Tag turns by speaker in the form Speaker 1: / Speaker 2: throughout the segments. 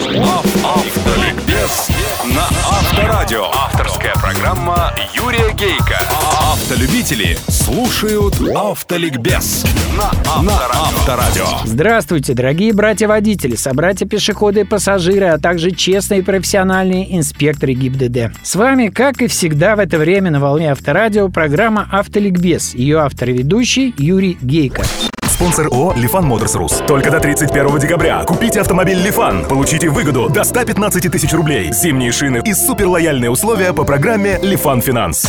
Speaker 1: Автоликбез на Авторадио. Авторская программа Юрия Гейка. Автолюбители слушают Автоликбез на Авторадио.
Speaker 2: Здравствуйте, дорогие братья-водители, собратья-пешеходы и пассажиры, а также честные и профессиональные инспекторы ГИБДД. С вами, как и всегда в это время на волне Авторадио, программа «Автоликбез». Ее автор и ведущий Юрий Гейка.
Speaker 3: Спонсор ООО «Лифан Моторс Рус». Только до 31 декабря. Купите автомобиль «Лифан». Получите выгоду до 115 тысяч рублей. Зимние шины и суперлояльные условия по программе «Лифан Финанс».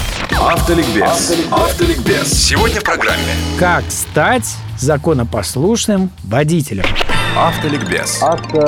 Speaker 1: Автоликбез. Сегодня в программе.
Speaker 2: Как стать законопослушным водителем?
Speaker 1: Автоликбез.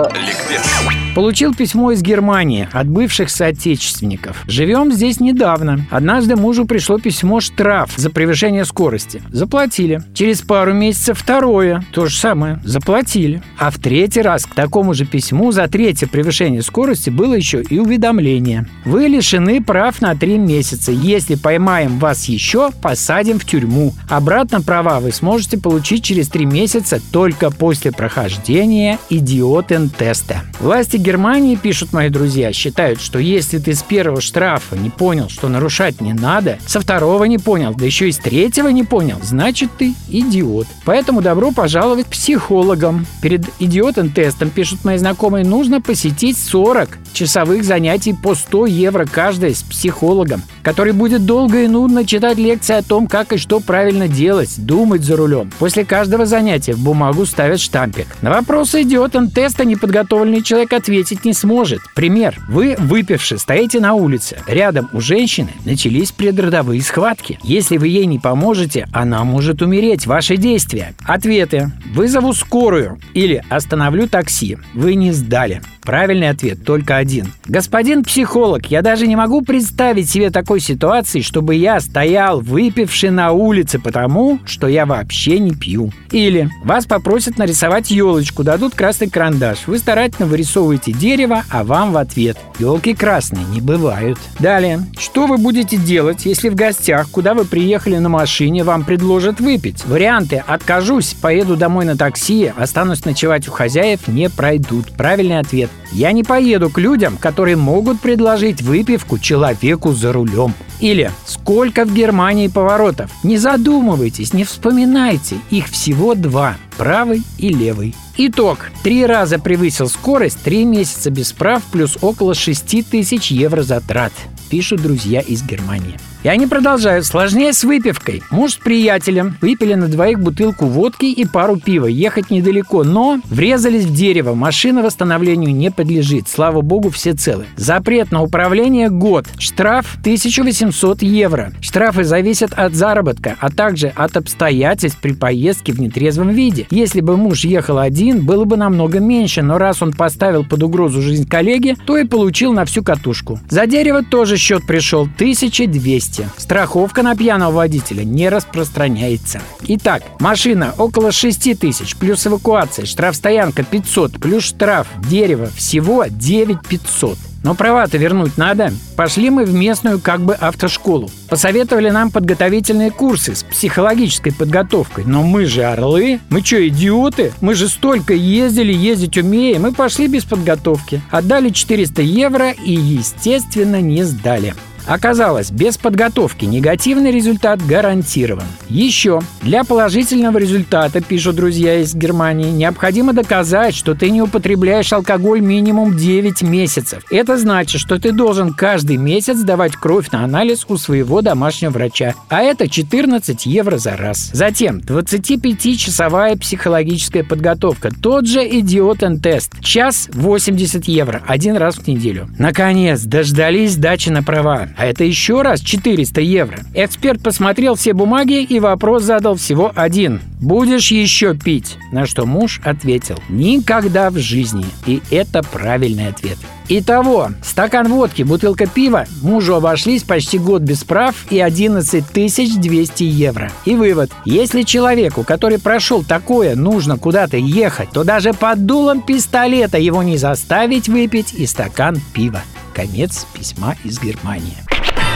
Speaker 2: Получил письмо из Германии от бывших соотечественников. Живем здесь недавно. Однажды мужу пришло письмо штраф за превышение скорости. Заплатили. Через пару месяцев второе. То же самое. Заплатили. А в третий раз к такому же письму за третье превышение скорости было еще и уведомление. Вы лишены прав на 3 месяца. Если поймаем вас еще, посадим в тюрьму. Обратно права вы сможете получить через 3 месяца только после прохождения идиотен-теста. Власти Германии, пишут мои друзья, считают, что если ты с первого штрафа не понял, что нарушать не надо, со второго не понял, да еще и с третьего не понял, значит ты идиот. Поэтому добро пожаловать к психологам. Перед идиотен-тестом, пишут мои знакомые, нужно посетить 40 часовых занятий по 100 евро каждое с психологом, который будет долго и нудно читать лекции о том, как и что правильно делать, думать за рулем. После каждого занятия в бумагу ставят штампик. На вопросы идиотен-теста неподготовленный человек ответить не сможет. Пример. Вы, выпивши, стоите на улице. Рядом у женщины начались предродовые схватки. Если вы ей не поможете, она может умереть. Ваши действия. Ответы. Вызову скорую или остановлю такси. Вы не сдали. Правильный ответ только один. Господин психолог, я даже не могу представить себе такой ситуации, чтобы я стоял выпивший на улице, потому что я вообще не пью. Или вас попросят нарисовать елочку, дадут красный карандаш. Вы старательно вырисовываете дерево, а вам в ответ: елки красные не бывают. Далее. Что вы будете делать, если в гостях, куда вы приехали на машине, вам предложат выпить? Варианты: откажусь, поеду домой на такси, останусь ночевать у хозяев, не пройдут. Правильный ответ: я не поеду к людям, которые могут предложить выпивку человеку за рулем. Или сколько в Германии поворотов? Не задумывайтесь, не вспоминайте. Их всего 2. Правый и левый. Итог. 3 раза превысил скорость, 3 месяца без прав, плюс около 6 тысяч евро затрат. Пишут друзья из Германии. И они продолжают. Сложнее с выпивкой. Муж с приятелем выпили на двоих бутылку водки и пару пива. Ехать недалеко, но врезались в дерево. Машина восстановлению не подлежит. Слава богу, все целы. Запрет на управление год. Штраф 1800 евро. Штрафы зависят от заработка, а также от обстоятельств при поездке в нетрезвом виде. Если бы муж ехал один, было бы намного меньше, но раз он поставил под угрозу жизнь коллеги, то и получил на всю катушку. За дерево тоже счет пришел 1200. Страховка на пьяного водителя не распространяется. Итак, машина около 6 тысяч, плюс эвакуация, штрафстоянка 500, плюс штраф, дерево всего 9500. Но права-то вернуть надо. Пошли мы в местную автошколу. Посоветовали нам подготовительные курсы с психологической подготовкой. Но мы же орлы. Мы что, идиоты? Мы же столько ездили, ездить умеем. Мы пошли без подготовки. Отдали 400 евро и, естественно, не сдали. Оказалось, без подготовки негативный результат гарантирован. Еще, для положительного результата, пишут друзья из Германии, необходимо доказать, что ты не употребляешь алкоголь минимум 9 месяцев. Это значит, что ты должен каждый месяц сдавать кровь на анализ у своего домашнего врача. А это 14 евро за раз. Затем 25-часовая психологическая подготовка. Тот же идиотен-тест. Час 80 евро. 1 раз в неделю. Наконец, дождались сдачи на права. А это еще раз 400 евро. Эксперт посмотрел все бумаги и вопрос задал всего один. Будешь еще пить? На что муж ответил: никогда в жизни. И это правильный ответ. Итого, стакан водки, бутылка пива мужу обошлись почти год без прав и 11 200 евро. И вывод. Если человеку, который прошел такое, нужно куда-то ехать, то даже под дулом пистолета его не заставить выпить и стакан пива. Конец письма из Германии.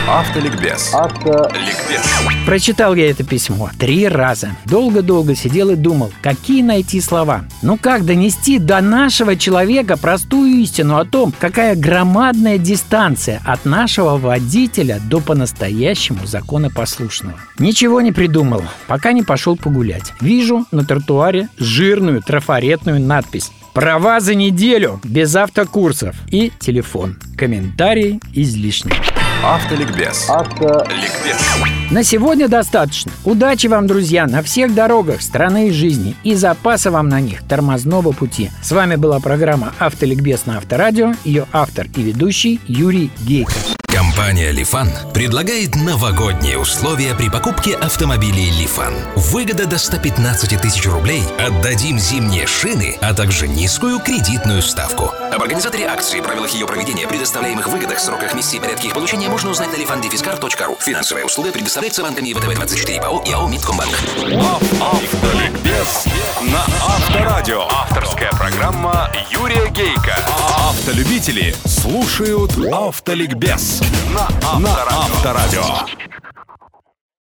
Speaker 1: Автоликбез.
Speaker 2: Прочитал я это письмо 3 раза. Долго-долго сидел и думал, какие найти слова. Ну как донести до нашего человека простую истину о том, какая громадная дистанция от нашего водителя до по-настоящему законопослушного. Ничего не придумал, пока не пошел погулять. Вижу на тротуаре жирную трафаретную надпись: «Права за неделю, без автокурсов» и телефон. Комментарий излишний.
Speaker 1: Автоликбез.
Speaker 2: На сегодня достаточно. Удачи вам, друзья, на всех дорогах страны и жизни и запаса вам на них тормозного пути. С вами была программа «Автоликбез» на Авторадио. Ее автор и ведущий Юрий Гейко.
Speaker 4: Компания «Лифан» предлагает новогодние условия при покупке автомобилей «Лифан». Выгода до 115 тысяч рублей, отдадим зимние шины, а также низкую кредитную ставку. Об организаторе акции, правилах ее проведения, предоставляемых выгодах, сроках миссии и порядке их получения можно узнать на lifandefiscar.ru. Финансовая услуга предоставляется банками ВТБ-24 ПАО и АО «Мидкомбанк».
Speaker 1: Автоликбез на Авторадио. Авторская программа Юрия Гейка. Автолюбители слушают Автоликбез на Авторадио.